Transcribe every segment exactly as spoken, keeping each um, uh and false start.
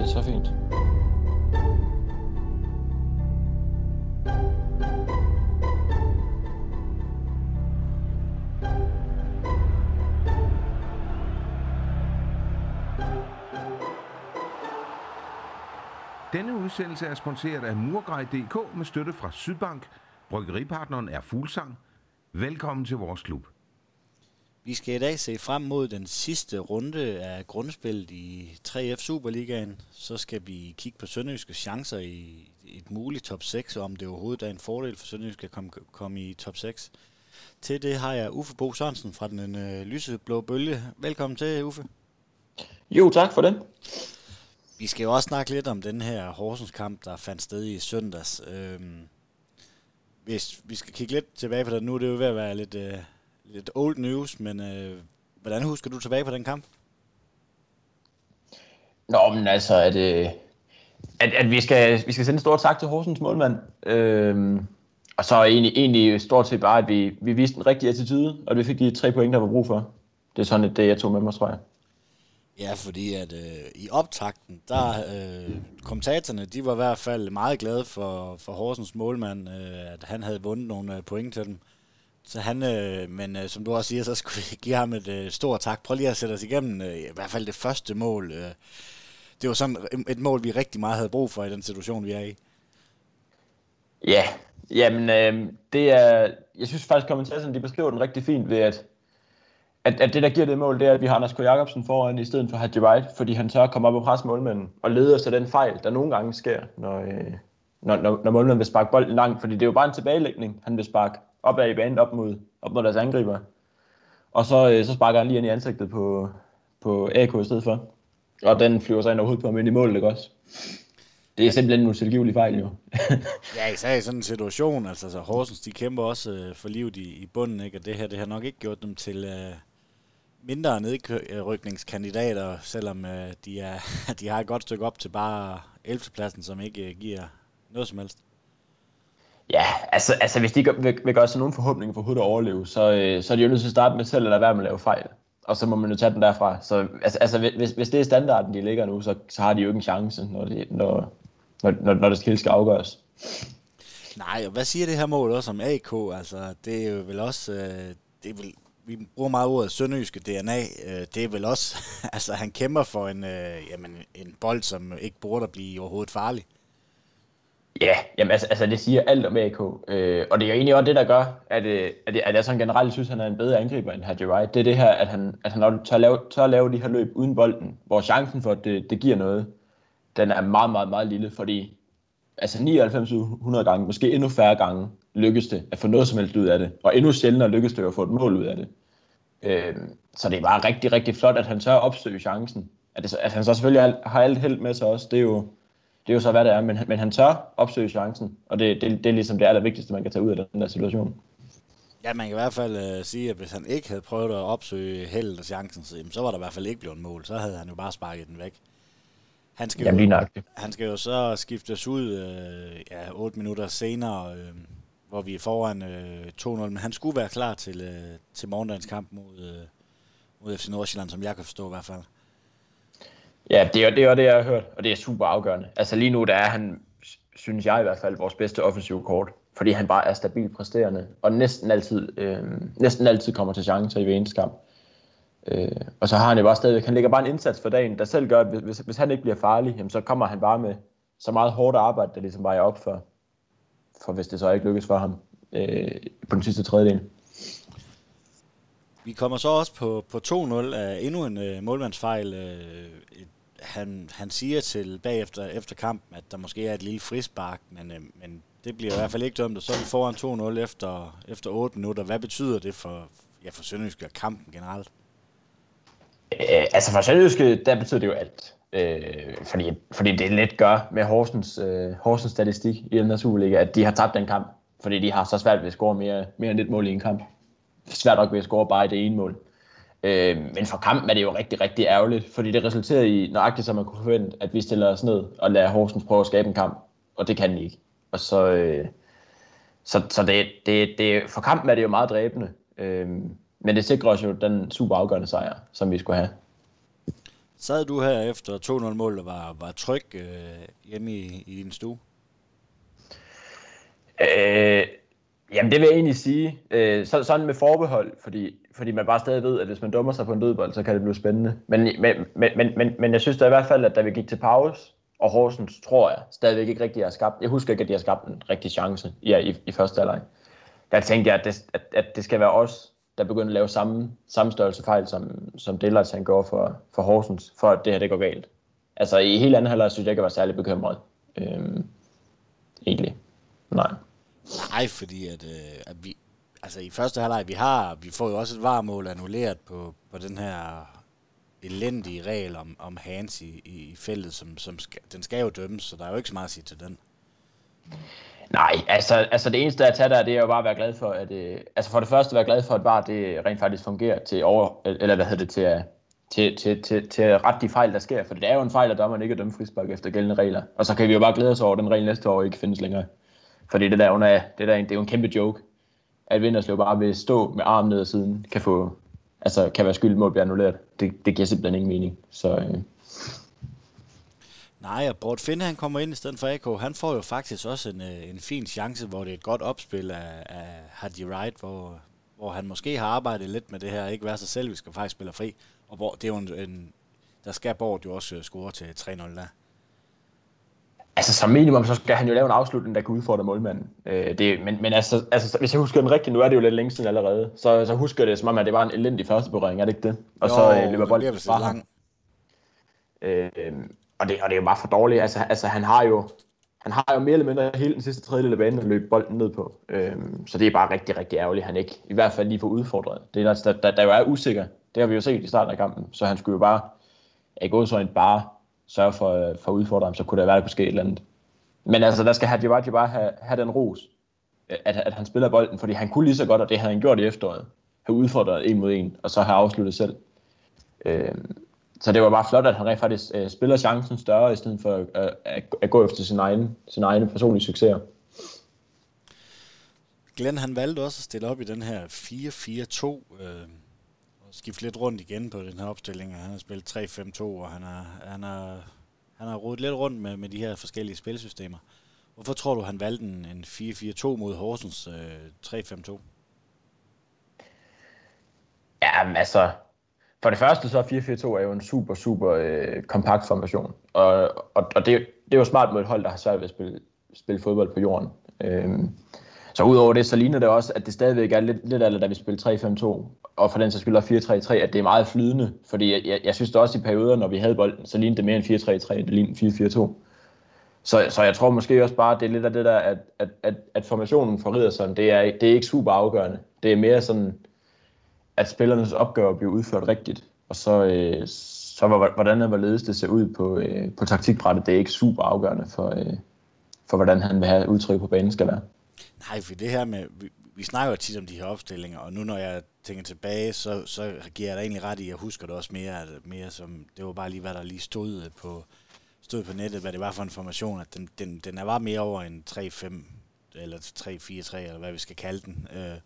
så fint. Denne udsendelse er sponsoreret af Murgrej punktum d k med støtte fra Sydbank. Bryggeripartneren er Fuglsang. Velkommen til vores klub. Vi skal i dag se frem mod den sidste runde af grundspillet i tre F Superligaen. Så skal vi kigge på Sønderjyske chancer i et muligt top seks, og om det overhovedet er en fordel for Sønderjyske at komme, komme i top seks. Til det har jeg Uffe Bo Sørensen fra den øh, lyseblå bølge. Velkommen til, Uffe. Jo, tak for det. Vi skal jo også snakke lidt om den her Horsens kamp, der fandt sted i søndags. Øhm, hvis vi skal kigge lidt tilbage på det, nu er det jo ved at være lidt, øh, lidt old news, men øh, hvordan husker du tilbage på den kamp? Nå, men altså, at, øh, at, at vi, skal, vi skal sende en stor tak til Horsens målmand. Øhm, og så egentlig, egentlig stort set bare, at vi, vi viste en rigtig attitude, og vi fik de tre point, der var brug for. Det er sådan det, jeg tog med mig, tror jeg. Ja, fordi at øh, i optakten, der øh, kommentatorerne, de var i hvert fald meget glade for, for Horsens målmand, øh, at han havde vundet nogle øh, point til dem. Så han, øh, men øh, som du også siger, så skulle vi give ham et øh, stort tak. Prøv lige at sætte os igennem øh, i hvert fald det første mål. Øh. Det var sådan et mål, vi rigtig meget havde brug for i den situation, vi er i. Ja, jamen øh, det er, jeg synes faktisk, kommentatorerne, de beskriver den rigtig fint ved, at At, at det, der giver det mål, det er, at vi har Anders K. Jacobsen foran i stedet for Hadji Wright, fordi han tør at komme op og presse målmanden og lede os af den fejl, der nogle gange sker, når, øh, når, når, når målmanden vil sparke bolden langt, fordi det er jo bare en tilbagelægning, han vil sparke opad i banen op mod, op mod deres angriber. Og så, øh, så sparker han lige ind i ansigtet på, på A K i stedet for, og den flyver så ind overhovedet på ham ind i målet, ikke også? Det er simpelthen en utilgivelig fejl, jo. Ja, især i sådan en situation, altså så Horsens, de kæmper også øh, for livet i, i bunden, ikke? Og det her, det har nok ikke gjort dem til øh, mindre nedrykningskandidater, selvom øh, de, er, de har et godt stykke op til bare ellevte pladsen, som ikke øh, giver noget som helst. Ja, altså, altså hvis de gør, vil, vil gøre sig nogen forhåbninger for overhovedet at overleve, så, øh, så er de jo nødt til at starte med selv at lade være med at lave fejl. Og så må man jo tage den derfra. Så altså, altså hvis, hvis det er standarden, de ligger nu, så, så har de jo ikke en chance, når det, når, når, når, når det skal afgøres. Nej, og hvad siger det her mål også om A K? Altså, det er jo vel også... Øh, det er vel, vi bruger meget ordet sønderjyske D N A. Øh, det er vel også... altså, han kæmper for en, øh, jamen, en bold, som ikke burde at blive overhovedet farlig. Ja, jamen, altså, altså det siger alt om A K. Øh, og det er jo egentlig også det, der gør, at, øh, at, at jeg sådan generelt synes, at han er en bedre angriber end Hadji Wright. Det er det her, at han, at han tør, lave, tør lave de her løb uden bolden, hvor chancen for, at det, det giver noget, den er meget, meget, meget lille, fordi altså nioghalvfems hundrede gange, måske endnu færre gange, lykkes det at få noget som helst ud af det. Og endnu sjældnere lykkes det at få et mål ud af det. Øh, så det er bare rigtig, rigtig flot, at han tør opsøge chancen. At, det, at han så selvfølgelig har alt held med sig også, det er jo, det er jo så, hvad det er. Men, men han tør opsøge chancen, og det, det, det er ligesom det allervigtigste, man kan tage ud af den der situation. Ja, man kan i hvert fald uh, sige, at hvis han ikke havde prøvet at opsøge heldet og chancen, så, så var der i hvert fald ikke blevet mål. Så havde han jo bare sparket den væk. Han skal, Jamen, jo, han skal jo så skiftes ud øh, ja, otte minutter senere, øh, hvor vi er foran øh, to nul, men han skulle være klar til, øh, til morgendagens kamp mod, øh, mod F C Nordsjælland, som jeg kan forstå i hvert fald. Ja, det er det, er det jeg har hørt, og det er super afgørende. Altså lige nu, der er han, synes jeg i hvert fald, vores bedste offensive kort, fordi han bare er stabilt præsterende, og næsten altid, øh, næsten altid kommer til chancer i hver eneste kamp. Øh, og så har han jo bare stadigvæk, han lægger bare en indsats for dagen, der selv gør, at hvis, hvis han ikke bliver farlig, jamen, så kommer han bare med så meget hårdt arbejde, der ligesom vejer op for, for hvis det så ikke lykkes for ham øh, på den sidste tredjedel. Vi kommer så også på, på to nul af endnu en øh, målmandsfejl. Øh, han, han siger til bagefter efter kampen, at der måske er et lille frispark, men, øh, men det bliver i hvert fald ikke dømt, og så er vi foran to nul efter, efter otte minutter. Hvad betyder det for, ja, for Sønderjyske og kampen generelt? Øh, altså for Sønderjyske, der betyder det jo alt. Øh, fordi, fordi det lidt gør med Horsens, øh, Horsens statistik i den her Superliga, at de har tabt den kamp, fordi de har så svært ved at score mere, mere end et mål i en kamp. Svært nok ved at score bare i det ene mål. Øh, men for kampen er det jo rigtig, rigtig ærgerligt, fordi det resulterer i nøjagtigt, som man kunne forvente, at vi stiller os ned og lader Horsens prøve at skabe en kamp, og det kan de ikke. Og så, øh, så, så det, det, det, for kampen er det jo meget dræbende, øh, men det sikrer os jo den super afgørende sejr, som vi skulle have. Sad du her efter to nul mål og var, var tryg øh, hjemme i, i din stue? Øh, jamen det vil jeg egentlig sige. Øh, så, sådan med forbehold, fordi, fordi man bare stadig ved, at hvis man dummer sig på en dødbold, så kan det blive spændende. Men, men, men, men, men, men jeg synes da i hvert fald, at da vi gik til pause, og Horsens, tror jeg, stadigvæk ikke rigtig har skabt. Jeg husker ikke, at de har skabt en rigtig chance ja, i, i første halvleg. Der tænkte jeg, at det, at, at det skal være os, der begynder at lave samme, samme størrelse fejl, som, som Dillards han gjorde for, for Horsens, for at det her det går galt. Altså i hele anden halvleg synes jeg ikke, jeg var særlig bekymret. Øhm, egentlig. Nej. Nej, fordi at, øh, at vi, altså i første halvleg, vi har, vi får jo også et varmål annulleret på, på den her elendige regel om, om hands i, i feltet, som, som skal, den skal jo dømmes, så der er jo ikke så meget at sige til den. Nej, altså, altså det eneste at tage der, det er jo bare at være glad for, at øh, altså for det første være glad for, at V A R det rent faktisk fungerer til over, eller hvad hedder det, til at til, til, til, til at rette de fejl, der sker, for det er jo en fejl, at dommeren ikke er dømt frispark efter gældende regler, og så kan vi jo bare glæde os over, at den regel næste år ikke findes længere. Fordi det der under, det der det er jo en kæmpe joke, at Vinderslev bare ved stå med armen ned ad siden kan få, altså kan være skyld mål bliver annulleret. Det, det giver simpelthen ingen mening. Så øh. Nej, og Bort Finde, han kommer ind i stedet for A K. Han får jo faktisk også en, en fin chance, hvor det er et godt opspil af, af Haji Wright, hvor, hvor han måske har arbejdet lidt med det her, ikke være sig selv, vi skal faktisk spille fri. Og hvor det er jo en, en der skal Bort jo også score til tre nul der. Altså som minimum, så skal han jo lave en afslutning, der kan udfordre målmanden. Øh, det, men men altså, altså, hvis jeg husker den rigtigt, nu er det jo lidt længe siden allerede, så, så husker jeg det som om, at det var en elendig første berøring, er det ikke det? Og jo, så øh, løber bolden fra ham. Øh, og, det, og det er jo bare for dårligt. Altså, altså han har jo han har jo mere eller mindre hele den sidste tredjedel af banen at løbe bolden ned på. Øh, så det er bare rigtig, rigtig ærgerligt, han ikke i hvert fald lige får udfordret. Det er der, der, der jo er usikker. Det har vi jo set i starten af kampen, så han skulle jo bare, i gåseøjne bare sørge for, for at udfordre ham, så kunne det være, at der kunne ske et eller andet. Men altså, der skal Haji Wright bare have, have den ros, at, at han spiller bolden, fordi han kunne lige så godt, og det havde han gjort i efteråret, have udfordret en mod en, og så have afsluttet selv. Øh, så det var bare flot, at han rent faktisk øh, spiller chancen større, i stedet for øh, at, at gå efter sin egen, sin egen personlige succeser. Glenn, han valgte også at stille op i den her fire fire to, øh, og skifte lidt rundt igen på den her opstilling, og han har spillet tre fem to, og han har, han har, han har rodet lidt rundt med, med de her forskellige spilsystemer. Hvorfor tror du, han valgte en, en fire fire to mod Horsens øh, tre fem to? Jamen altså, for det første så er fire fire to er jo en super, super øh, kompakt formation. Og, og, og det, det er jo smart mod et hold, der har svært ved at spille, spille fodbold på jorden. Øhm, så udover det, så ligner det også, at det stadigvæk er lidt, lidt af da vi spiller tre fem to, og for den så spiller fire tre tre, at det er meget flydende. Fordi jeg, jeg, jeg synes det også i perioder, når vi havde bolden, så lignede det mere end fire tre tre, det lignede fire fire to. Så, så jeg tror måske også bare, at det er lidt af det der, at, at, at, at formationen for Riddersholm, det er, det er ikke super afgørende. Det er mere sådan, at spillernes opgaver bliver udført rigtigt. Og så, øh, så hvordan og hvorledes det ser ud på, øh, på taktikbrættet, det er ikke super afgørende for, øh, for hvordan han vil have udtryk på banen skal være. Nej, for det her med, vi, vi snakker jo tit om de her opstillinger, og nu når jeg tænker tilbage, så, så giver jeg dig egentlig ret i, jeg husker det også mere, mere som, det var bare lige, hvad der lige stod på, stod på nettet, hvad det var for en formation, at den, den, den er bare mere over en tre fem, eller tre fire tre, eller hvad vi skal kalde den. Øh,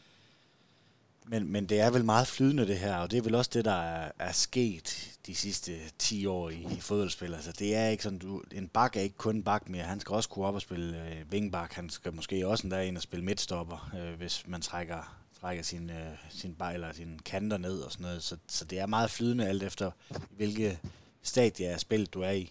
Men, men det er vel meget flydende det her, og det er vel også det, der er, er sket de sidste ti år i, i fodboldspil. Altså, det er ikke sådan, du, en bak er ikke kun en bak mere. Han skal også kunne op og spille øh, vingbak. Han skal måske også endda ind og spille midtstopper, øh, hvis man trækker, trækker sin, øh, sin, eller sin kanter ned og sådan noget. Så, så det er meget flydende alt efter, hvilke stadie af spillet du er i.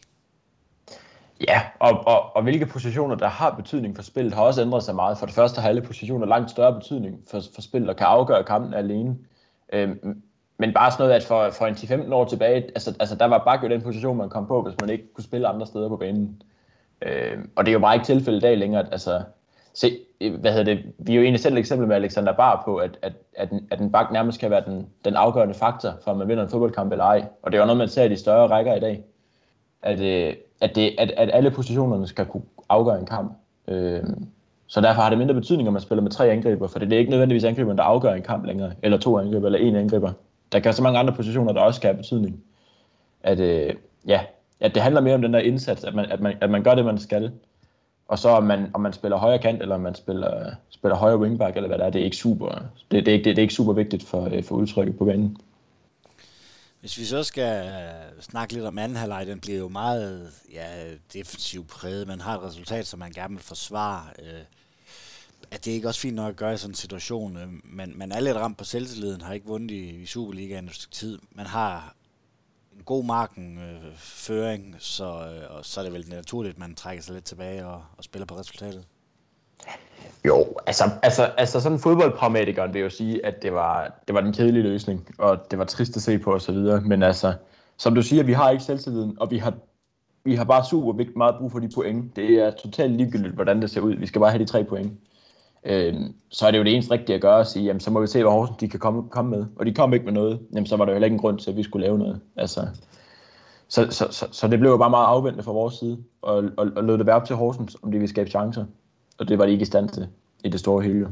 Ja, og, og, og hvilke positioner, der har betydning for spillet, har også ændret sig meget. For det første har alle positioner langt større betydning for, for spillet, og kan afgøre kampen alene. Øhm, men bare sådan noget, at for, for en ti femten år tilbage, altså, altså der var bare jo den position, man kom på, hvis man ikke kunne spille andre steder på banen. Øhm, og det er jo bare ikke tilfældet i dag længere. At, altså, se, hvad hedder det, vi er jo egentlig selv et eksempel med Alexander Bar på, at, at, at, en, at en bak nærmest kan være den, den afgørende faktor, for at man vinder en fodboldkamp eller ej. Og det er jo noget, man ser i de større rækker i dag. At, at, det, at, at alle positionerne skal kunne afgøre en kamp. Øhm, så derfor har det mindre betydning, om man spiller med tre angriber, for det er ikke nødvendigvis angriberen, der afgør en kamp længere, eller to angriber, eller en angriber. Der kan så mange andre positioner, der også kan have betydning. At, øh, ja, at det handler mere om den der indsats, at man, at man, at man gør det, man skal. Og så om man, om man spiller højre kant, eller om man spiller, spiller højre wingback, eller hvad det er, det er ikke super, det, det er ikke, det, det er ikke super vigtigt for, for udtrykket på banen. Hvis vi så skal uh, snakke lidt om anden halvleg, den bliver jo meget ja, defensivt præget. Man har et resultat, som man gerne vil forsvare. Uh, er det ikke også fint nok at gøre i sådan en situation? Uh, man, man er lidt ramt på selvtilliden, har ikke vundet i, i Superligaen et stykke tid. Man har en god markenføring, uh, så, uh, og så er det vel naturligt, at man trækker sig lidt tilbage og, og spiller på resultatet. Jo, altså, altså, altså sådan en fodboldpragmatikeren vil jo sige, at det var, det var den kedelige løsning, og det var trist at se på og så videre, men altså, som du siger, vi har ikke selvtilliden, og vi har, vi har bare super vigtigt meget brug for de point. Det er totalt ligegyldigt, hvordan det ser ud. Vi skal bare have de tre point. Øhm, så er det jo det eneste rigtige at gøre, at sige, jamen så må vi se, hvad Horsens de kan komme, komme med. Og de kom ikke med noget, jamen så var der jo heller ikke en grund til, at vi skulle lave noget. Altså, så, så, så, så det blev jo bare meget afventende fra vores side, og, og, og lod det være op til Horsens, om de ville skabe chancer. Og det var de ikke i stand til i det store hele.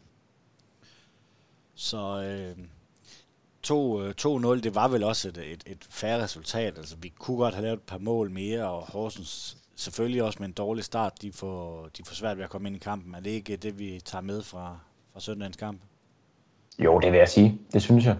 Så øh, to nul, det var vel også et, et, et fair resultat. Altså, vi kunne godt have lavet et par mål mere, og Horsens selvfølgelig også med en dårlig start. De får, de får svært ved at komme ind i kampen. Er det ikke det, vi tager med fra, fra søndagens kamp? Jo, det vil jeg sige. Det synes jeg.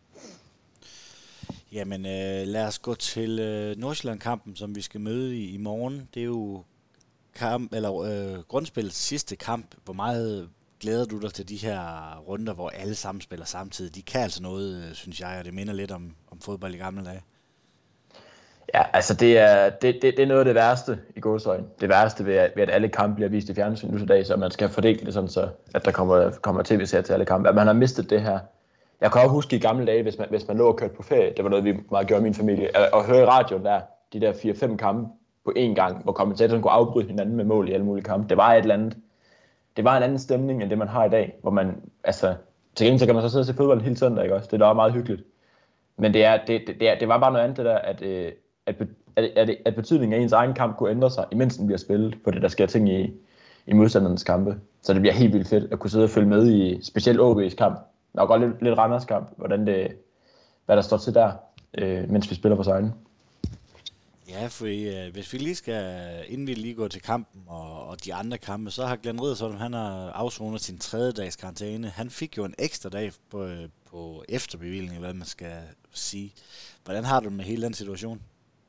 Jamen, øh, lad os gå til øh, Nordsjælland-kampen, som vi skal møde i, i morgen. Det er jo kamp, eller øh, grundspillets sidste kamp. Hvor meget glæder du dig til de her runder, hvor alle sammen spiller samtidig? De kan altså noget, øh, synes jeg, og det minder lidt om, om fodbold i gamle dage. Ja, altså det er, det, det, det er noget af det værste i gåseøjne. Det værste ved at, ved, at alle kampe bliver vist i fjernsyn nu til dag, så man skal fordele det sådan, så at der kommer, kommer tv-serier til alle kampe. At man har mistet det her. Jeg kan også huske i gamle dage, hvis man, hvis man lå og kørte på ferie, det var noget, vi meget gjorde i min familie, at, at høre i radioen der, de der fire fem kampe på én gang, hvor kommentatoren kunne afbryde hinanden med mål i alle mulige kampe. Det var et eller andet. Det var en anden stemning, end det man har i dag, hvor man, altså, til gengæld så kan man så sidde og se fodbold hele søndag, ikke også? Det er da meget hyggeligt. Men det, er, det, det, det, er, det var bare noget andet, det der, at, at, at, at, at betydningen af ens egen kamp kunne ændre sig, imens den bliver spillet, på det, der sker ting i, i modstandernes kampe. Så det bliver helt vildt fedt at kunne sidde og følge med i specielt O B's kamp, og godt lidt, lidt Randers kamp, hvordan det, hvad der står til der, øh, mens vi spiller for sejlen. Ja, for øh, hvis vi lige skal, inden vi lige går til kampen og, og de andre kampe, så har Glenn Riddersholm, han har afsonet sin tredje dags karantæne. Han fik jo en ekstra dag på, på efterbevilling, hvad man skal sige. Hvordan har du det med hele den situation?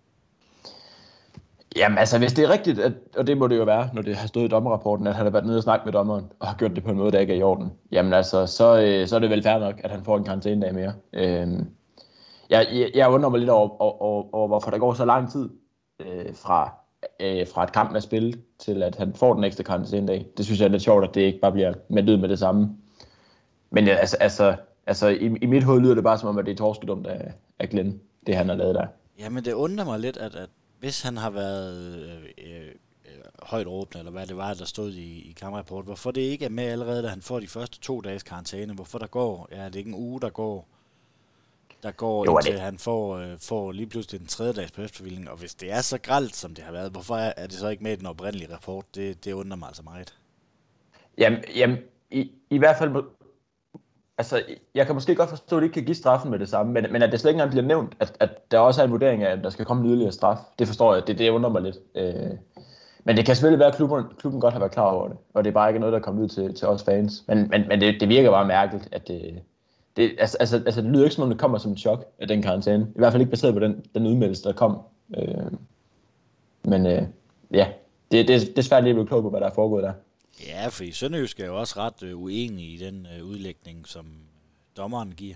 Jamen altså, hvis det er rigtigt, at, og det må det jo være, når det har stået i dommerrapporten, at han har været nede og snakket med dommeren, og har gjort det på en måde, der ikke er i orden, jamen altså, så, øh, så er det vel fair nok, at han får en karantænedag mere. Øhm, jeg, jeg, jeg undrer mig lidt over, over, over, over, hvorfor der går så lang tid øh, fra, øh, fra et kamp er spillet, til at han får den ekstra karantænedag. Det synes jeg er lidt sjovt, at det ikke bare bliver meldt ud med det samme. Men ja, altså, altså, altså i, i mit hoved lyder det bare som om, at det er torskedumt af, af Glenn, det han har lavet der. Jamen det undrer mig lidt, at, at hvis han har været øh, øh, højt råbende, eller hvad det var, der stod i, i kamerapport, hvorfor det ikke er med allerede, da han får de første to dages karantæne, hvorfor der går, ja, det er ikke en uge, der går, der går jo, indtil det. Han får, øh, får lige pludselig en tredje dags på efterbevilling, og hvis det er så grelt, som det har været, hvorfor er, er det så ikke med i den oprindelige rapport? Det, det undrer mig altså meget. Jamen, jamen i, i hvert fald, altså, jeg kan måske godt forstå, at det ikke kan give straffen med det samme, men, men at det slet ikke engang bliver nævnt, at, at der også er en vurdering af, at der skal komme yderligere straf, det forstår jeg, det, det undrer mig lidt. Øh, men det kan selvfølgelig være, at klubben, klubben godt har været klar over det, og det er bare ikke noget, der er kommet ud til, til os fans. Men, men, men det, det virker bare mærkeligt, at det, det, altså, altså, altså, det lyder ikke som om, det kommer som et chok af den karantæne. I hvert fald ikke baseret på den, den udmeldelse, der kom. Øh, men øh, ja, det, det, det er svært lige at blive klog på, hvad der er foregået der. Ja, for i Sønderjysk er jo også ret øh, uenig i den øh, udlægning, som dommeren giver.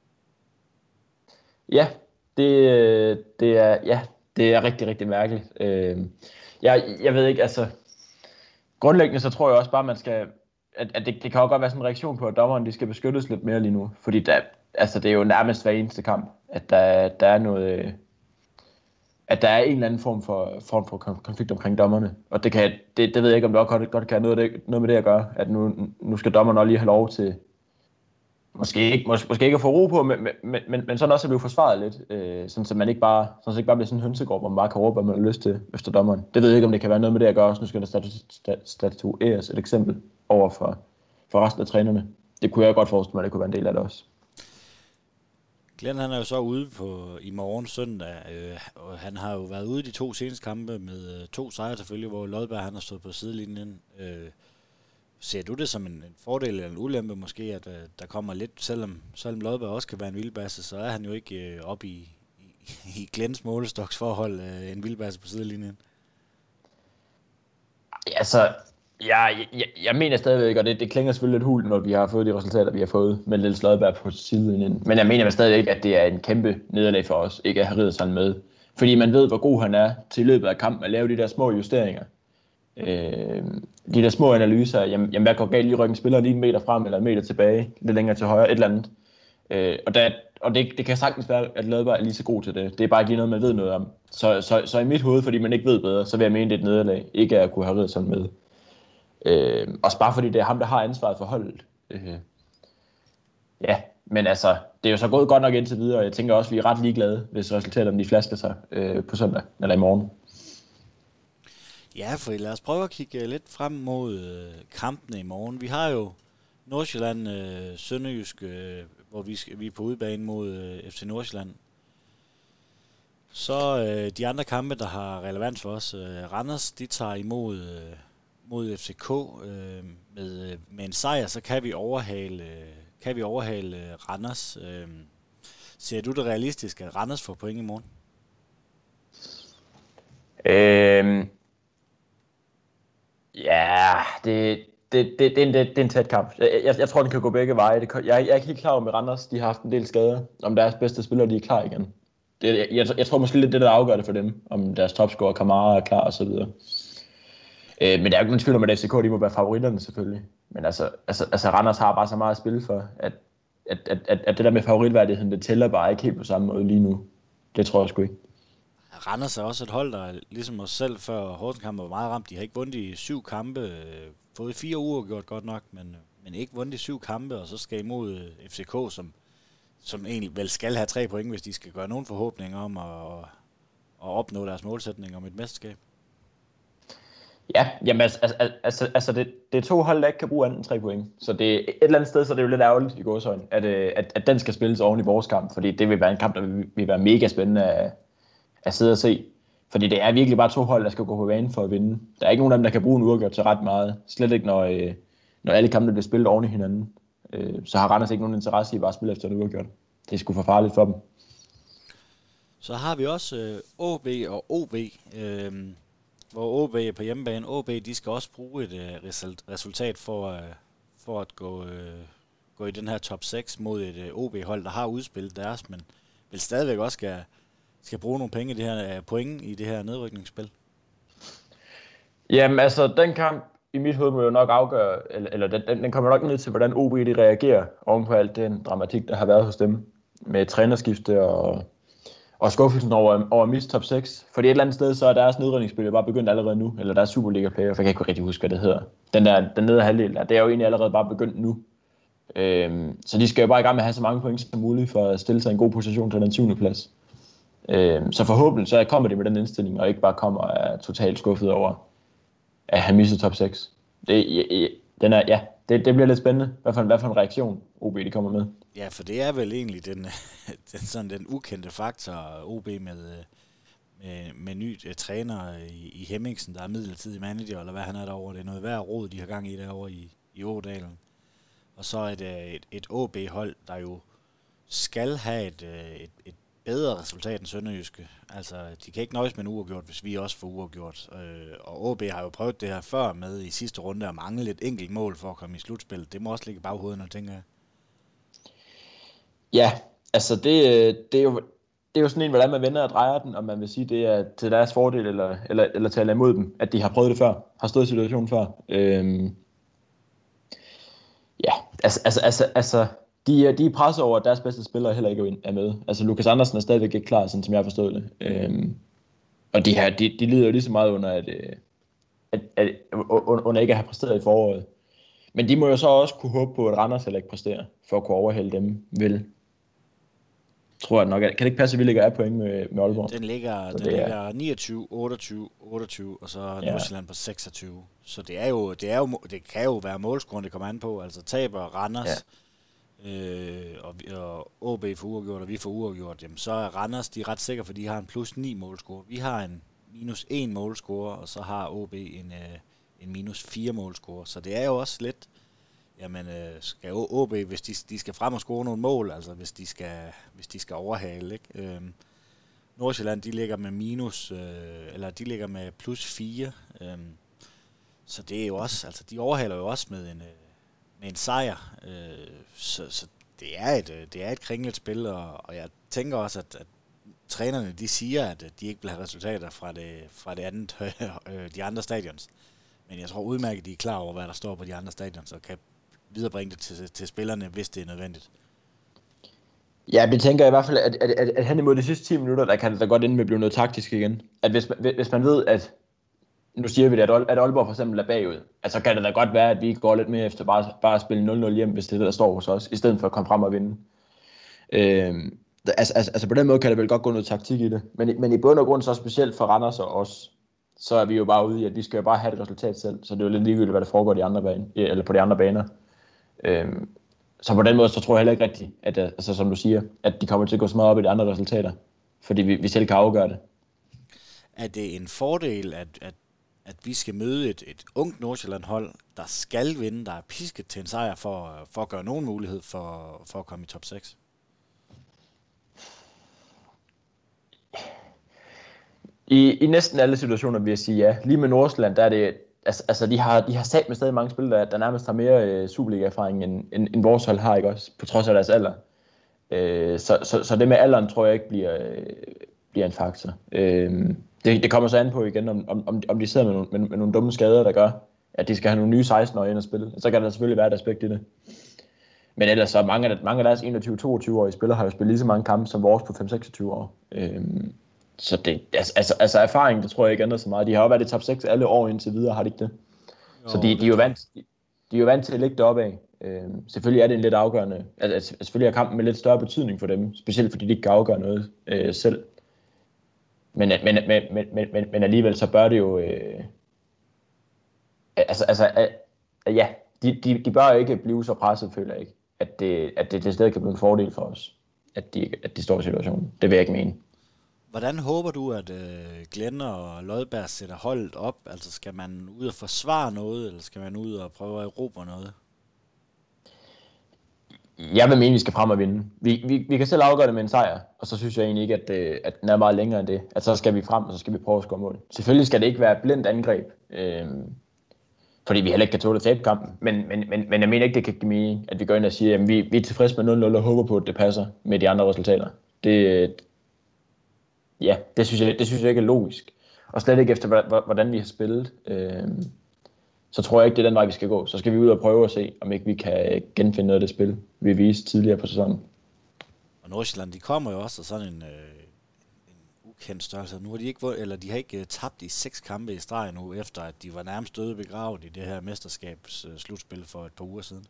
Ja, det, det er ja, det er rigtig, rigtig mærkeligt. Øh, jeg, jeg ved ikke, altså grundlæggende så tror jeg også bare, man skal, at, at det, det kan jo godt være sådan en reaktion på, at dommeren de skal beskyttes lidt mere lige nu, fordi der, altså det er jo nærmest hver eneste kamp, at der, der er noget, at der er en eller anden form for, form for konflikt omkring dommerne, og det kan, det, det ved jeg ikke, om det også godt, godt kan have noget, noget med det at gøre, at nu, nu skal dommerne også lige have lov til, måske ikke, mås, måske ikke at få ro på, men, men, men, men sådan også at blive forsvaret lidt, øh, sådan så man ikke bare, sådan så ikke bare bliver sådan en hønsegård, hvor man bare kan råbe, hvad man har lyst til efter dommeren. Det ved jeg ikke, om det kan være noget med det at gøre også. Nu skal der statu- statueres et eksempel over for, for resten af trænerne. Det kunne jeg godt forestille mig, at det kunne være en del af det også. Glenn, han er jo så ude på i morgen søndag, øh, og han har jo været ude i de to seneste kampe med øh, to sejre selvfølgelig, hvor Lodberg han har stået på sidelinjen. Øh, ser du det som en, en fordel eller en ulempe måske, at uh, der kommer lidt, selvom, selvom Lodberg også kan være en vildbasse, så er han jo ikke uh, oppe i, i, i Glens målestoksforhold uh, en vildbasse på sidelinjen? Ja, så jeg, jeg, jeg mener stadigvæk, og det, det klinger selvfølgelig lidt hult, når vi har fået de resultater, vi har fået med Niels Lodberg på sidelinjen. Men jeg mener stadigvæk, at det er en kæmpe nederlag for os, ikke at have Riddersholm med. Fordi man ved, hvor god han er til løbet af kampen at lave de der små justeringer. Øh, de der små analyser, jamen, jamen hvad går galt i ryggen, spiller lige en meter frem eller en meter tilbage, lidt længere til højre, et eller andet. Øh, og der, og det, det kan sagtens være, at Lodberg er lige så god til det. Det er bare ikke lige noget, man ved noget om. Så, så, så i mit hoved, fordi man ikke ved bedre, så vil jeg mene, det er et nederlag, ikke at kunne have Riddersholm med. Øh, også bare fordi det er ham, der har ansvaret for holdet. Øh, ja, men altså, det er jo så gået godt nok indtil videre, og jeg tænker også, at vi er ret ligeglade, hvis resultaterne de flasker sig øh, på søndag, eller i morgen. Ja, for lad os prøve at kigge lidt frem mod øh, kampene i morgen. Vi har jo Nordsjælland, øh, Sønderjysk, øh, hvor vi, skal, vi er på udebane mod øh, F C Nordsjælland. Så øh, de andre kampe, der har relevans for os, øh, Randers, de tager imod øh, mod F C K øh, med, øh, med en sejr, så kan vi overhale, øh, kan vi overhale øh, Randers. Øh, ser du det realistisk, at Randers får point i morgen? Øhm Ja, det, det, det, det, er en, det, det er en tæt kamp. Jeg, jeg, jeg tror, den kan gå begge veje. Det, jeg, jeg er ikke helt klar over med Randers. De har haft en del skader. Om deres bedste spillere, de er klar igen. Det, jeg, jeg, jeg tror måske lidt, det der afgør det for dem. Om deres topscorer, Kamara, er klar og så videre. Øh, men der er jo ikke nogen tvivl om, at F C K, de må være favoritterne selvfølgelig. Men altså, altså, altså Randers har bare så meget at spille for, at, at, at, at, at det der med favoritværdigheden, det tæller bare ikke helt på samme måde lige nu. Det tror jeg sgu ikke. Randers er også et hold, der ligesom os selv før Horsens-kampen var meget ramt. De har ikke vundet i syv kampe, fået fire uger gjort godt nok, men, men ikke vundet i syv kampe, og så skal imod F C K, som, som egentlig vel skal have tre point, hvis de skal gøre nogen forhåbninger om at, at opnå deres målsætning om et mesterskab. Ja, jamen altså, altså, altså det, det er to hold, der ikke kan bruge andet end tre point. Så det et eller andet sted, så det er jo lidt ærgerligt i gåsøjne, at, at, at den skal spilles oven i vores kamp, fordi det vil være en kamp, der vil, vil være mega spændende at, at sidde og se. Fordi det er virkelig bare to hold, der skal gå på banen for at vinde. Der er ikke nogen af dem, der kan bruge en uafgjort til ret meget. Slet ikke, når, øh, når alle kampene bliver spillet oven i hinanden. Øh, så har Randers ikke nogen interesse i bare at spille efter en uafgjort. Det er sgu for farligt for dem. Så har vi også øh, A B og O B, øh, hvor A B er på hjemmebane. A B, de skal også bruge et øh, resultat for, øh, for at gå, øh, gå i den her top seks mod et øh, O B-hold, der har udspillet deres, men vil stadigvæk også skal skal bruge nogle penge i det her point i det her nedrykningsspil? Jamen altså, den kamp i mit hoved må jo nok afgøre, eller, eller den, den kommer nok ned til, hvordan O B de reagerer oven på alt den dramatik, der har været hos dem, med trænerskifte og, og skuffelsen over, over at miste top seks. Fordi et eller andet sted, så er deres nedrykningsspil jo bare begyndt allerede nu, eller deres Superliga-player, for jeg kan ikke rigtig huske, hvad det hedder. Den der, den nede halvdel, det er jo egentlig allerede bare begyndt nu. Øhm, så de skal jo bare i gang med at have så mange point som muligt, for at stille sig i en god position til den syvende plads. Så forhåbentlig så kommer de med den indstilling, og ikke bare kommer og er totalt skuffet over at have misset top seks. Det, den er, ja, det, det bliver lidt spændende, hvad for, en, hvad for en reaktion O B de kommer med. Ja, for det er vel egentlig den, den, sådan den ukendte faktor, O B med, med, med ny uh, træner i, i Hemmingsen, der er midlertidig manager, eller hvad han er derovre. Det er noget værd råd, de har gang i derovre i, i Ådalen. Og så et, et, et O B-hold, der jo skal have et, et, et bedre resultat end Sønderjyske. Altså, de kan ikke nøjes med en uafgjort, hvis vi også får uafgjort. Øh, og O B har jo prøvet det her før med i sidste runde at mangle et enkelt mål for at komme i slutspillet. Det må også ligge i baghovedet, når tænker jeg. Ja, altså det, det, er jo, det er jo sådan en, hvordan man vender og drejer den, om man vil sige, det er til deres fordel eller, eller, eller tale imod dem, at de har prøvet det før, har stået i situationen før. Øhm, ja, altså, altså, altså, altså De er, de er presset over, at deres bedste spillere heller ikke er med. Altså, Lukas Andersen er stadigvæk ikke klar, sådan som jeg har forstået det. Øhm, og de, her, de, de lider jo lige så meget under, at, at, at, under ikke at have præsteret i foråret. Men de må jo så også kunne håbe på, at Randers heller ikke præsterer, for at kunne overhælde dem, vel? Tror jeg nok. Kan det ikke passe, at vi ligger af point med, med Aalborg? Den ligger, den ligger niogtyve, otteogtyve, otteogtyve, og så Nordsjælland ja. På seksogtyve. Så det er jo, det er jo, det kan jo være målscoren, det kommer an på. Altså taber Randers, ja. Øh, og, og O B for uafgjort, og vi får uafgjort, jamen så er Randers, de er ret sikre, for de har en plus ni målscore. Vi har en minus en målscore, og så har O B en, øh, en minus fire målscore. Så det er jo også lidt, jamen øh, skal jo O B, hvis de, de skal frem og score nogle mål, altså hvis de skal, hvis de skal overhale, ikke? Øhm, Nordsjælland, de ligger med minus, øh, eller de ligger med plus fire, øhm, så det er jo også, altså de overhaler jo også med en, øh, med en sejr, øh, så, så det er et, øh, det er et kringlet spil, og, og jeg tænker også, at, at trænerne, de siger, at de ikke vil have resultater fra det, fra det andet, øh, de andre stadions. Men jeg tror udmærket, de er klar over, hvad der står på de andre stadions, og kan viderebringe det til, til spillerne, hvis det er nødvendigt. Ja, vi tænker i hvert fald, at, at, at, at hen imod de sidste ti minutter, der kan det da godt ende med at blive noget taktisk igen. At hvis man, hvis man ved, at nu siger vi det, at Aalborg for eksempel er bagud, altså kan det da godt være, at vi går lidt mere efter bare, bare at spille nul nul hjem, hvis det er det, der står hos os, i stedet for at komme frem og vinde. Øhm, altså, altså, altså på den måde kan det vel godt gå noget taktik i det. Men, men i bund og grund, så specielt for Randers og os, så er vi jo bare ude i, at vi skal jo bare have et resultat selv. Så det er jo lidt ligegyldigt, hvad der foregår de andre bane, eller på de andre baner. Øhm, så på den måde, så tror jeg heller ikke rigtigt, at, altså, som du siger, at de kommer til at gå så meget op i de andre resultater. Fordi vi, vi selv kan afgøre det. Er det en fordel, at, at, at vi skal møde et, et ungt Nordsjælland-hold, der skal vinde, der er pisket til en sejr for, for at gøre nogen mulighed for, for at komme i top seks? I, I næsten alle situationer vil jeg sige ja. Lige med Nordsjælland, der er det, altså, altså de har, de har sat med stadig mange spillere, der, der nærmest har mere øh, Superliga-erfaring, end, end, end vores hold har, ikke også? På trods af deres alder. Øh, så, så, så det med alderen, tror jeg ikke bliver, øh, bliver en faktor. Øh, det, det kommer så an på igen, om, om, om de sidder med nogle, med, med nogle dumme skader, der gør, at de skal have nogle nye seksten-årige ind og spille. Så kan der selvfølgelig være et aspekt i det. Men ellers så mange af, mange af deres enogtyve til toogtyve-årige spillere har jo spillet lige så mange kampe som vores på fem seksogtyve år. Øh, Så det, altså, altså erfaring, det tror jeg ikke ændrer så meget. De har jo været i top seks alle år indtil videre, har de ikke det? Jo, så de, de, er jo vant, de, de er jo vant til at ligge deroppe af. Øh, selvfølgelig er det en lidt afgørende, altså selvfølgelig er kampen med lidt større betydning for dem, specielt fordi de ikke kan afgøre noget øh, selv. Men, men, men, men, men, men alligevel så bør det jo, øh, altså, altså øh, ja, de, de, de bør ikke blive så presset, føler jeg ikke, at det, at det til stedet kan blive en fordel for os, at de, at de står i situationen. Det vil jeg ikke mene. Hvordan håber du, at øh, Glenn og Lodberg sætter holdet op? Altså skal man ud og forsvare noget, eller skal man ud og prøve at erobre noget? Jeg vil mene, at vi skal frem og vinde. Vi, vi, vi kan selv afgøre det med en sejr, og så synes jeg egentlig ikke, at, øh, at den er meget længere end det. At så skal vi frem, og så skal vi prøve at score mål. Selvfølgelig skal det ikke være et blindt angreb, øh, fordi vi heller ikke kan tåle at tabe kampen. Men, men, men, men jeg mener ikke, det kan give mening, at vi går ind og siger, at vi, vi er tilfredse med nul nul og håber på, at det passer med de andre resultater. Det Ja, det synes, jeg, det synes jeg ikke er logisk. Og slet ikke efter, hvordan vi har spillet. Øh, så tror jeg ikke, det er den vej, vi skal gå. Så skal vi ud og prøve at se, om ikke vi kan genfinde noget af det spil, vi viste tidligere på sæsonen. Og Nordsjælland, de kommer jo også af sådan en, øh, en ukendt størrelse. Nu har de ikke, eller de har ikke uh, tabt i seks kampe i streg nu, efter at de var nærmest døde begravet i det her mesterskabs uh, slutspil for et par uger siden.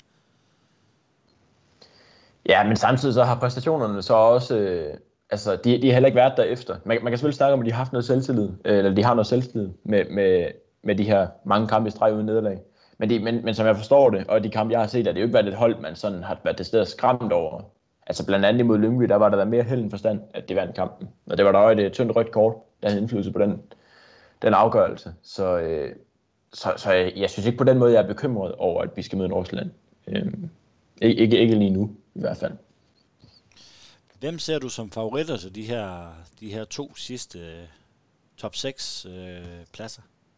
Ja, men samtidig så har præstationerne så også... Øh, Altså, de, de har heller ikke været derefter. Man, man kan selvfølgelig snakke om, at de har haft noget selvtillid, eller de har noget selvtillid med, med, med de her mange kampe i streg uden nederlag. Men, de, men, men som jeg forstår det, og de kampe, jeg har set, at det jo ikke været et hold, man sådan har været det sted skræmt over. Altså blandt andet imod Lyngby, der var der mere held end forstand, at de vandt kampen. Og det var der også et tyndt rødt kort, der havde indflydelse på den, den afgørelse. Så, øh, så, så jeg, jeg synes ikke på den måde, jeg er bekymret over, at vi skal møde Nordsjælland. Øh, ikke, ikke, ikke lige nu, i hvert fald. Hvem ser du som favoritter til de her, de her to sidste uh, top seks uh, pladser?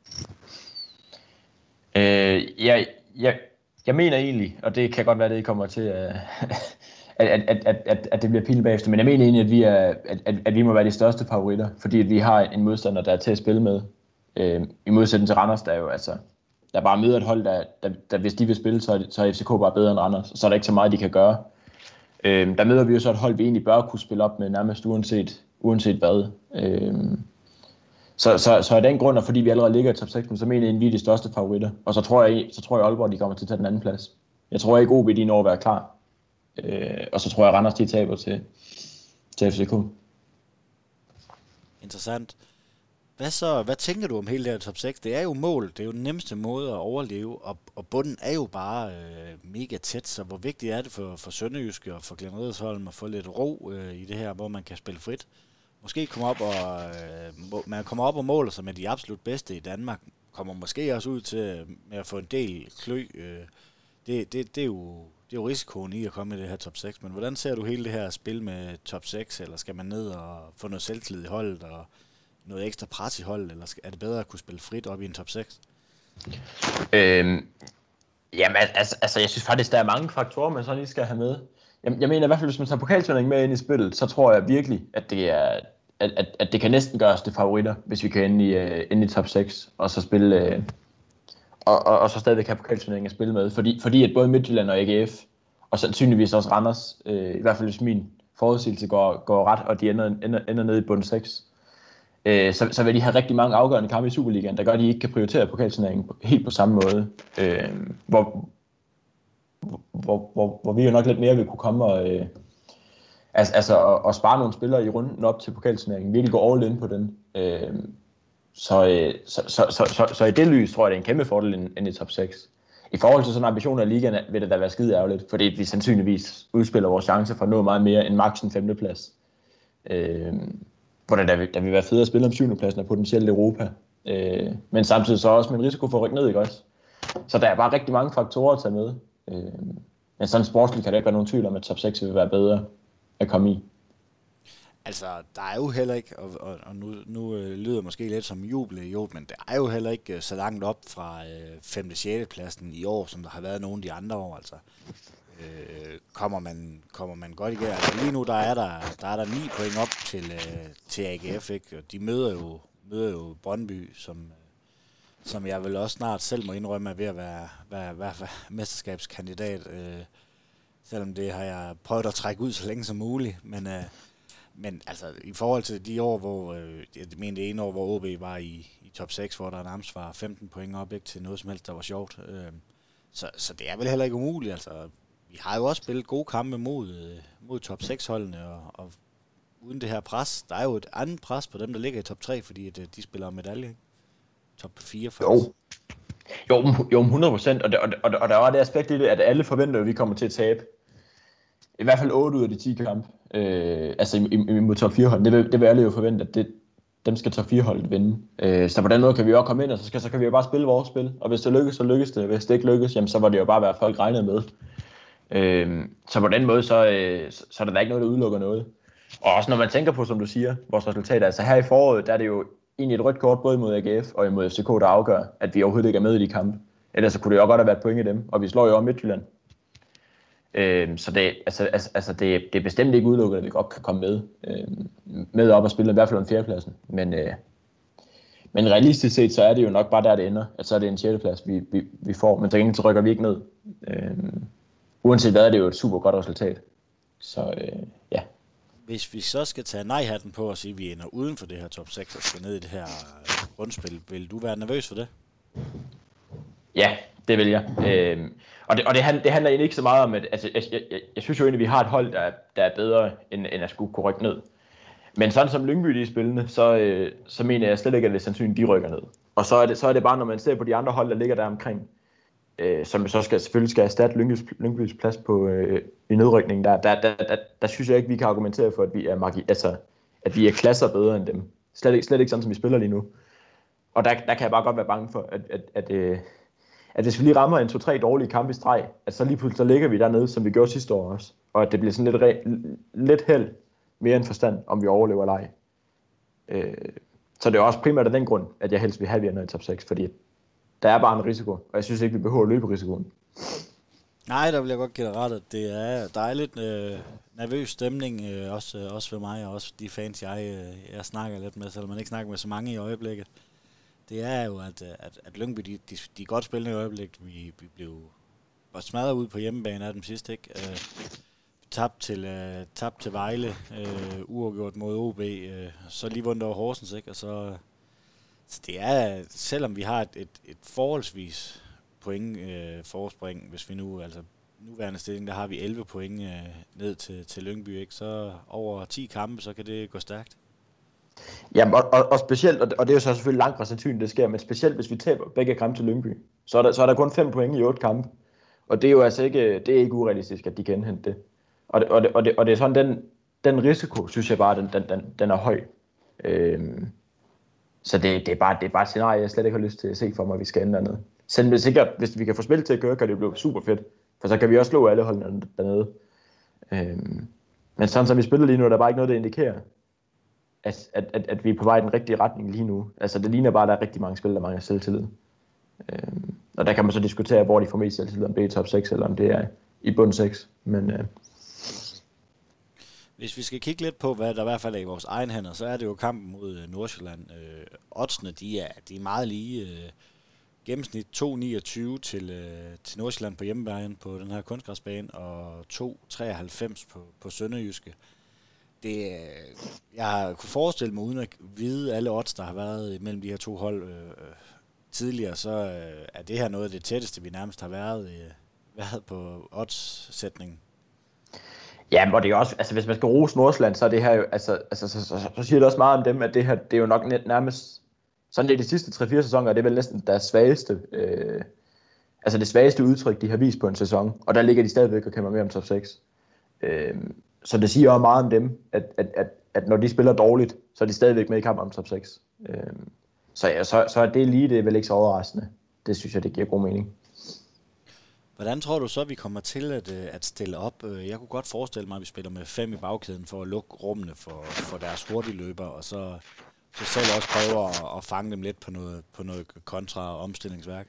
Øh, jeg, jeg, jeg mener egentlig, og det kan godt være, at det kommer til, uh, at, at, at, at, at det bliver pilen bagefter, men jeg mener egentlig, at vi, er, at, at, at vi må være de største favoritter, fordi at vi har en modstander, der er til at spille med. Øh, I modsætning til Randers, der er jo altså, der bare møder et hold, der, der, der hvis de vil spille, så er, så er F C K bare bedre end Randers, så er der ikke så meget, de kan gøre. Øhm, der møder vi jo så et hold, vi egentlig bør kunne spille op med nærmest uanset, uanset hvad. Øhm, så, så, så af den grund, og fordi vi allerede ligger i top seks, så mener jeg, at vi er de største favoritter. Og så tror jeg, så tror jeg Aalborg, de kommer til at tage den anden plads. Jeg tror ikke, O B de når at være klar. Øh, og så tror jeg, Randers de taber til, til F C K. Interessant. Hvad så? Hvad tænker du om hele det her top seks? Det er jo mål. Det er jo den nemmeste måde at overleve, og, og bunden er jo bare øh, mega tæt, så hvor vigtigt er det for, for Sønderjyske og for Glenn Riddersholm at få lidt ro øh, i det her, hvor man kan spille frit? Måske komme op og, øh, man kommer op og måler sig med de absolut bedste i Danmark. kommer måske også ud til med at få en del klø. Øh, det, det, det, er jo, det er jo risikoen i at komme i det her top seks, men hvordan ser du hele det her spil med top seks, eller skal man ned og få noget selvtillid i holdet, og noget ekstra pres i holdet, eller er det bedre at kunne spille frit op i en top seks? Øhm, jamen, altså, altså, jeg synes faktisk, der er mange faktorer, man så lige skal have med. Jeg, jeg mener i hvert fald, hvis man tager pokalturneringen med ind i spillet, så tror jeg virkelig, at det er, at, at, at det kan næsten gøres til favoritter, hvis vi kan ende i, uh, ende i top seks, og så spille, uh, og, og, og så stadigvæk have pokalturneringen at spille med. Fordi, fordi at både Midtjylland og A G F, og sandsynligvis også Randers, uh, i hvert fald hvis min forudsigelse går, går ret, og de ender, ender, ender nede i bund seks, Så, så vil de have rigtig mange afgørende kampe i Superligaen, der gør, at de ikke kan prioritere pokalturneringen helt på samme måde. Øh, hvor, hvor, hvor, hvor vi jo nok lidt mere vil kunne komme og, øh, altså, altså, og, og spare nogle spillere i runden op til pokalturneringen. Virkelig gå all in på den. Øh, så, øh, så, så, så, så, så i det lys tror jeg, det er en kæmpe fordel end i top seks. I forhold til sådan en ambition af ligaen vil det da være skide ærgerligt, fordi vi sandsynligvis udspiller vores chancer for at nå meget mere end maks en femteplads. Øh, hvor det der, der vil være fedt at spille om syvende pladsen og potentielt Europa. Øh, men samtidig så også med en risiko for at rykke ned, ikke også? Så der er bare rigtig mange faktorer at tage med. Øh, men sådan sportsligt kan der ikke være nogen tvivl om, at top seks vil være bedre at komme i. Altså, der er jo heller ikke, og, og, og nu, nu øh, lyder det måske lidt som jubel i jord, men der er jo heller ikke øh, så langt op fra øh, femte og sjette pladsen i år, som der har været nogle af de andre år, altså. Øh, kommer man kommer man godt igen. Altså lige nu der er der der er der ni point op til øh, til A G F, ikke? Og de møder jo møder jo Brøndby, som som jeg vel også snart selv må indrømme er ved at være være, være, være mesterskabskandidat. Øh, selvom det har jeg prøvet at trække ud så længe som muligt, men øh, men altså i forhold til de år hvor øh, jeg mener det ene år hvor O B var i i top seks, hvor der nærmest var femten point op, ikke, til noget som helst der var sjovt. Øh, så så det er vel heller ikke umuligt, altså. Vi har jo også spillet gode kampe mod, mod top seks-holdene, og, og uden det her pres, der er jo et andet pres på dem, der ligger i top tre, fordi at, de spiller medalje, ikke? Top fire faktisk. Jo, jo, jo hundrede procent, og, og, og, og der var det aspekt i det, at alle forventer, at vi kommer til at tabe. I hvert fald otte ud af de ti kampe, øh, altså imod top fire-hold. Det vil, det vil alle jo forvente, at det, dem skal top fire-holdet vinde. Øh, så på den måde kan vi jo også komme ind, og så, skal, så kan vi jo bare spille vores spil. Og hvis det lykkes, så lykkes det. Hvis det ikke lykkes, jamen, så var det jo bare, hvad folk regnede med. Øh, så på den måde, så, øh, så, så er der ikke noget, der udelukker noget. Og også når man tænker på, som du siger, vores resultater. Altså her i foråret, der er det jo egentlig et rødt kort, både imod A G F og imod F C K, der afgør, at vi overhovedet ikke er med i de kampe. Ellers så kunne det jo godt have været point i dem, og vi slår jo om Midtjylland. Øh, så det, altså, altså, altså det, det er bestemt ikke udelukket, at vi godt kan komme med, øh, med op og spille i hvert fald om fjerdepladsen. Men, øh, men realistisk set, så er det jo nok bare der, det ender. At så er det en sjetteplads, vi, vi, vi får, men til gengæld så rykker vi ikke ned. Øh, uanset hvad, er det jo et super godt resultat. Så øh, ja. Hvis vi så skal tage nej-hatten på og sige, at vi ender uden for det her top seks og skal ned i det her grundspil, vil du være nervøs for det? Ja, det vil jeg. Øh, og det, og det, handler, det handler egentlig ikke så meget om, at altså, jeg, jeg, jeg, jeg synes jo egentlig, at vi har et hold, der er, der er bedre, end, end at skulle kunne rykke ned. Men sådan som Lyngby de er spillende, så, øh, så mener jeg slet ikke, at det er sandsynligt, de rykker ned. Og så er, det, så er det bare, når man ser på de andre hold, der ligger der omkring, øh, som så skal, selvfølgelig skal erstatte Lyngbys, Lyngbys plads på, øh, i nedrykningen, der, der, der, der, der synes jeg ikke, vi kan argumentere for, at vi er, magi, altså, at vi er klasser bedre end dem. Slet ikke, slet ikke sådan, som vi spiller lige nu. Og der, der kan jeg bare godt være bange for, at, at, at, øh, at hvis vi lige rammer en to-tre dårlige kampe i streg, at så lige pludselig så ligger vi dernede, som vi gjorde sidste år også. Og at det bliver sådan lidt, re- lidt held, mere end forstand, om vi overlever eller ej. Øh, så det er også primært af den grund, at jeg helst vil have, at vi ender i top seks, fordi der er bare en risiko, og jeg synes ikke, vi behøver at løbe risikoen. Nej, der vil jeg godt give dig ret, at det er dejligt øh, nervøs stemning, øh, også, øh, også for mig, og også de fans, jeg, øh, jeg snakker lidt med, selvom man ikke snakker med så mange i øjeblikket. Det er jo, at, at, at Lyngby, de, de, de er godt spillende i øjeblikket. Vi, vi blev smadret ud på hjemmebane af dem sidst, ikke? Øh, tabt til, øh, tabt til Vejle, øh, uafgjort mod O B, øh, så lige vundet over Horsens, ikke? Og så, så det er, selvom vi har et, et, et forholdsvis point øh, forspring, hvis vi nu, altså nuværende stilling, der har vi elleve point øh, ned til, til Lyngby, ikke? Så over ti kampe, så kan det gå stærkt. Ja, og, og, og specielt, og det er jo så selvfølgelig langt fra sandsynligt, det sker, men specielt hvis vi taber begge kampe til Lyngby, så er der, så er der kun fem point i otte kampe. Og det er jo altså ikke, det er ikke urealistisk, at de kan indhente det. Og det, og det, og det, og det er sådan, den, den risiko, synes jeg bare, den, den, den, den er høj. Øhm, Så det, det, er bare, det er bare et scenarie, jeg slet ikke har lyst til at se for mig, at vi skal ændre noget. Selv hvis, sikkert, hvis vi kan få spil til at køre, kan det blive super fedt. For så kan vi også slå alle holdene dernede. Øhm, men sådan som vi spiller lige nu, der er bare ikke noget, der indikerer, at, at, at, at vi er på vej i den rigtige retning lige nu. Altså det ligner bare, at der er rigtig mange spil, der mangler selvtillid. Øhm, og der kan man så diskutere, hvor de får mest selvtillid, om det er i top seks, eller om det er i bund seks. Men... Øh, Hvis vi skal kigge lidt på, hvad der i hvert fald er i vores egen hænder, så er det jo kampen mod Nordsjælland. Øh, oddsene, de er, de er meget lige. Øh, gennemsnit to komma niogtyve til, øh, til Nordsjælland på hjemmebane på den her kunstgræsbane, og to komma treoghalvfems på, på Sønderjyske. Det, øh, jeg har kunne forestille mig, uden at vide alle odds, der har været mellem de her to hold øh, tidligere, så øh, er det her noget af det tætteste, vi nærmest har været, øh, været på odds-sætningen. Ja, og det er også, altså hvis man skal rose Nordsjælland, så er det her jo, altså, altså så, så, så siger det også meget om dem, at det her, det er jo nok net, nærmest, sådan det er de sidste tre fire sæsoner, det er vel næsten deres svageste, øh, altså det svageste udtryk, de har vist på en sæson, og der ligger de stadigvæk og kæmper med om top seks. Øh, så det siger også meget om dem, at, at, at, at når de spiller dårligt, så er de stadigvæk med i kamp om top seks. Øh, så, ja, så, så er det lige, det er vel ikke så overraskende. Det synes jeg, det giver god mening. Hvordan tror du så, at vi kommer til at, at stille op? Jeg kunne godt forestille mig, at vi spiller med fem i bagkæden for at lukke rummene for, for deres hurtige løber, og så, så selv også prøve at, at fange dem lidt på noget, på noget kontra- og omstillingsværk.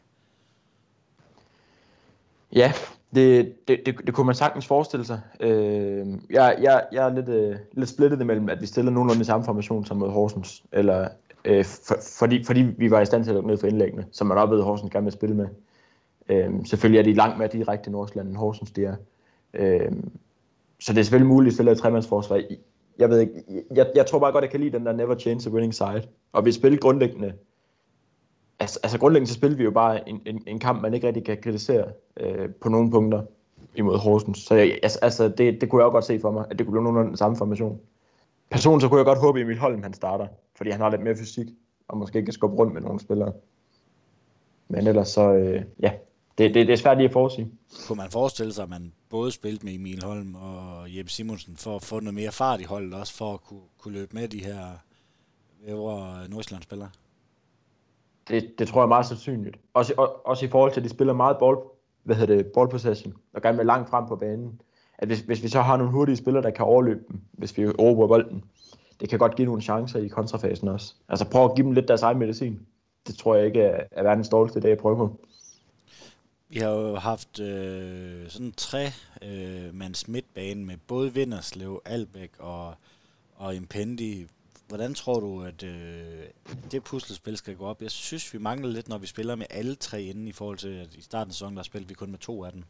Ja, det, det, det, det kunne man sagtens forestille sig. Øh, jeg, jeg, jeg er lidt, øh, lidt splittet imellem, at vi stiller nogenlunde i samme formation som mod Horsens, eller, øh, for, fordi, fordi vi var i stand til at lukke ned for indlæggene, som man oplevede Horsens gerne vil spille med. Øhm, selvfølgelig er de langt mere direkte i Nordsjælland end Horsens, de er. Øhm, så det er selvfølgelig muligt at stille et tremandsforsvar. Jeg ved ikke, jeg, jeg tror bare godt, at jeg kan lide den der never change the winning side. Og vi spiller grundlæggende, altså, altså grundlæggende så spiller vi jo bare en, en, en kamp, man ikke rigtig kan kritisere øh, på nogle punkter imod Horsens. Så jeg, altså, det, det kunne jeg også godt se for mig, at det kunne blive nogenlunde den samme formation. Personligt så kunne jeg godt håbe, at Emil Holm han starter, fordi han har lidt mere fysik, og måske ikke kan skubbe rundt med nogle spillere. Men ellers så, øh, ja. Det, det, det er svært lige at forudsige. Kunne man forestille sig, at man både spilte med Emil Holm og Jeppe Simonsen for at få noget mere fart i holdet, også for at kunne, kunne løbe med de her øvre Nordsjælland-spillere? Det, det tror jeg er meget sandsynligt. Også, også i forhold til, at de spiller meget ball, hvad hedder det, ball possession, og gerne vil langt frem på banen. At hvis, hvis vi så har nogle hurtige spillere, der kan overløbe dem, hvis vi overbruger bolden, det kan godt give nogle chancer i kontrafasen også. Altså prøv at give dem lidt deres egen medicin. Det tror jeg ikke er, er verdens dårligste dag at prøve på. Vi har jo haft øh, sådan tre øh, mands midtbane med både Vinderslev, Albæk og, og Impendi. Hvordan tror du, at øh, det puslespil skal gå op? Jeg synes, vi mangler lidt, når vi spiller med alle tre inden, i forhold til, at i starten af sæsonen, der spillede vi kun med to af dem.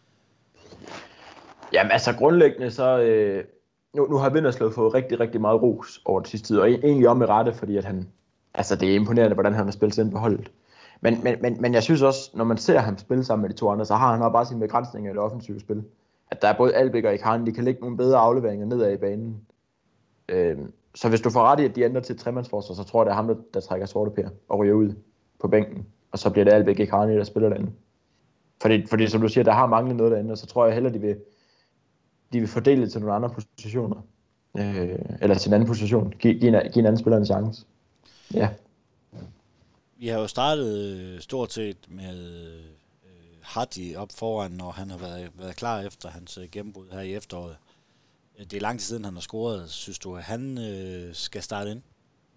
Jamen altså grundlæggende så, øh, nu, nu har Vinderslev fået rigtig, rigtig meget ros over det sidste tid, og egentlig om med rette, fordi at han, altså det er imponerende, hvordan han har spillet sig ind på holdet. Men, men, men, men jeg synes også, når man ser ham spille sammen med de to andre, så har han også bare sine begrænsninger i det offensive spil. At der er både Albæk og Icardi, de kan lægge nogle bedre afleveringer nedad i banen. Øhm, så hvis du får ret i, at de ændrer til et tremandsforsvar, så tror jeg, det er ham, der, der trækker sorte per og ryger ud på bænken. Og så bliver det Albæk og Icardi, der spiller derinde. Fordi, fordi som du siger, der har manglet noget derinde, og så tror jeg heller, de vil, de vil fordele det til nogle andre positioner. Øh, eller til en anden position. Giv, giv, en, giv en anden spiller en chance. Ja. Vi har jo startet stort set med øh, Hadi op foran, når han har været, været klar efter hans gennembrud her i efteråret. Det er lang tid siden, han har scoret. Synes du, at han øh, skal starte ind?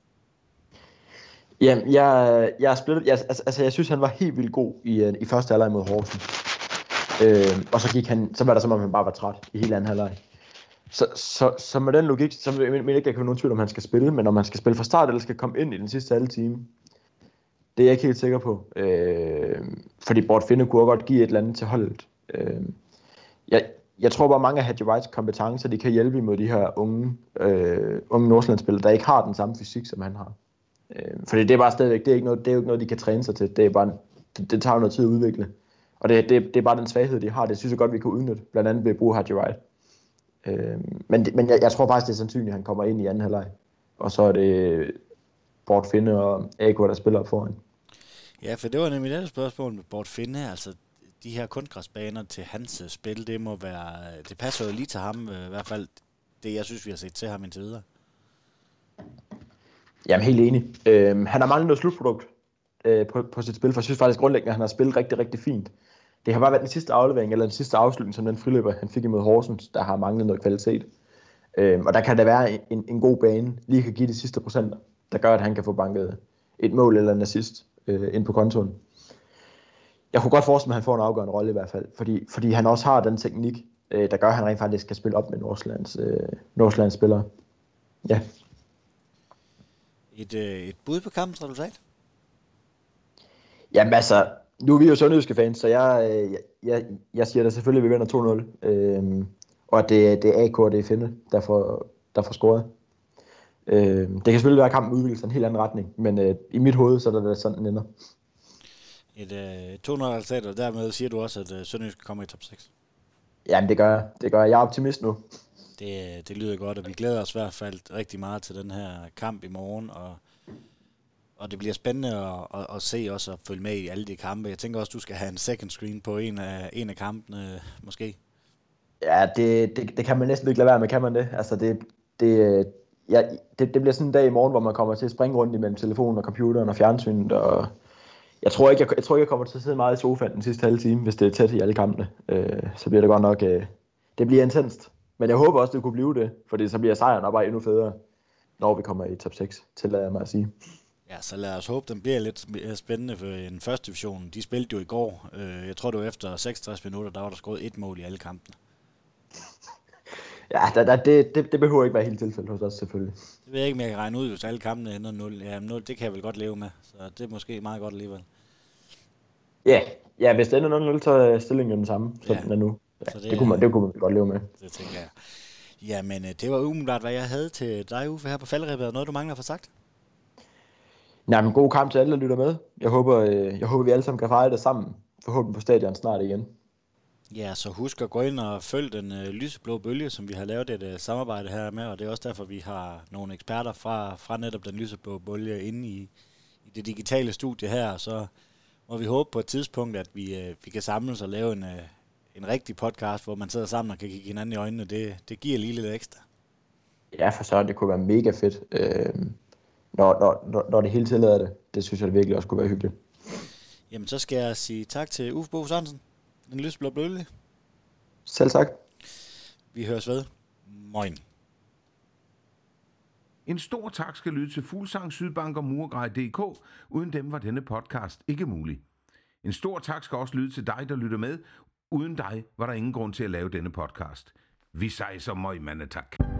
Ja, jeg, jeg er splittet. Jeg, altså, altså, jeg synes, han var helt vildt god i, i første halvleg mod Horsens. Øh, og så gik han, så var det som om han bare var træt i hele anden halvleg. Så, så, så med den logik, så mener jeg ikke, at jeg kan have nogen tvivl om, han skal spille, men om han skal spille fra start, eller skal komme ind i den sidste halve time, det er jeg ikke helt sikker på. Øh, fordi Bort Finde kunne godt give et eller andet til holdet. Øh, jeg, jeg tror bare, mange af Hadji Wrights kompetencer, de kan hjælpe imod de her unge, øh, unge Nordsjællandsspillere, der ikke har den samme fysik, som han har. Øh, fordi det er bare stadigvæk, det er ikke noget, det er jo ikke noget, de kan træne sig til. Det er bare, det, det tager noget tid at udvikle. Og det, det, det er bare den svaghed, de har. Det synes jeg godt, vi kan udnytte. Blandt andet ved at bruge Hadji Wright. Øh, men men jeg, jeg tror faktisk, det er sandsynligt, at han kommer ind i anden halvleg. Og så er det Bort Finde og A K, der spiller op foran. Ja, for det var nemlig det spørgsmål med Bort Finde. Altså, de her kunstgræsbaner til hans spil, det må være, det passer jo lige til ham, i hvert fald det, jeg synes, vi har set til ham indtil videre. Jamen, helt enig. Øh, han har manglet noget slutprodukt øh, på, på sit spil, for jeg synes faktisk grundlæggende, at han har spillet rigtig, rigtig fint. Det har bare været den sidste aflevering, eller den sidste afslutning, som den friløber, han fik imod Horsens, der har manglet noget kvalitet. Øh, og der kan der være en, en god bane, lige kan give de sidste procenter, der gør, at han kan få banket et mål eller en assist øh, ind på kontoen. Jeg kunne godt forestille mig, at han får en afgørende rolle i hvert fald, fordi, fordi han også har den teknik, øh, der gør, at han rent faktisk kan spille op med Nordsjællands, øh, Nordsjællands spillere. Ja. Et, øh, et bud på kampens resultat? Jamen altså, nu er vi jo sønderjyske fans, så jeg, jeg, jeg, jeg siger da selvfølgelig, at vi vinder to nul. Øhm, og at det, det er A K og det er Finde, der får, der får scoret. Øhm, det kan selvfølgelig være, at kampen udvikler sig en helt anden retning, men øh, i mit hoved, så er det sådan, den ender. Et øh, to nul resultat, og dermed siger du også, at øh, Sønderjyske kommer i top seks? Jamen det gør jeg. Det gør jeg. Jeg er optimist nu. Det, det lyder godt, og vi glæder os i hvert fald rigtig meget til den her kamp i morgen, og, og det bliver spændende at, at, at se også og følge med i alle de kampe. Jeg tænker også, du skal have en second screen på en af, en af kampene, måske? Ja, det, det, det kan man næsten ikke lade være med, kan man det? Altså det, det, ja, det, det bliver sådan en dag i morgen, hvor man kommer til at springe rundt imellem telefonen og computeren og fjernsynet, og jeg tror ikke, jeg, jeg, tror ikke, jeg kommer til at sidde meget i sofaen den sidste halve time, hvis det er tæt i alle kampene. Øh, så bliver det godt nok, øh, det bliver intenst. Men jeg håber også, det kunne blive det, fordi så bliver sejren og bare endnu federe, når vi kommer i top seks, tillader jeg mig at sige. Ja, så lad os håbe, den bliver lidt spændende for en første division. De spillede jo i går. Jeg tror, det var efter seksogtres minutter, der var der scoret et mål i alle kampene. Ja, der, der, det, det, det behøver ikke være helt tilfældet hos os, selvfølgelig. Det ved jeg ikke, om jeg kan regne ud, hvis alle kampene ender nul. Ja, nul, det kan jeg vel godt leve med, så det er måske meget godt alligevel. Ja, ja, hvis det ender nul nul, så er stillingen den samme, som ja. Den er nu. Ja, det, det, kunne man, det kunne man godt leve med. Det tænker jeg. Jamen, det var umiddelbart, hvad jeg havde til dig, Uffe, her på Falderebet. Er noget, du mangler at få sagt? Nej, men god kamp til alle, der lytter med. Jeg håber, jeg håber vi alle sammen kan fejre det sammen. Forhåbentlig på stadion snart igen. Ja, så husk at gå ind og følge den øh, lyseblå bølge, som vi har lavet et øh, samarbejde her med, og det er også derfor, vi har nogle eksperter fra, fra netop den lyseblå bølge inde i, i det digitale studie her, så må vi håbe på et tidspunkt, at vi, øh, vi kan samles og lave en, øh, en rigtig podcast, hvor man sidder sammen og kan kigge hinanden i øjnene. Det, det giver lige lidt ekstra. Ja, for så det kunne være mega fedt, øh, når, når, når det hele tillader det. Det synes jeg virkelig også kunne være hyggeligt. Jamen, så skal jeg sige tak til Uffe Bo Sørensen, den lysblå bølge. Selv tak. Vi høres ved. Moin. En stor tak skal lyde til Fuglsang, Sydbank og Murgrej punktum d k. Uden dem var denne podcast ikke mulig. En stor tak skal også lyde til dig, der lytter med. Uden dig var der ingen grund til at lave denne podcast. Vi siger så møj, mande tak.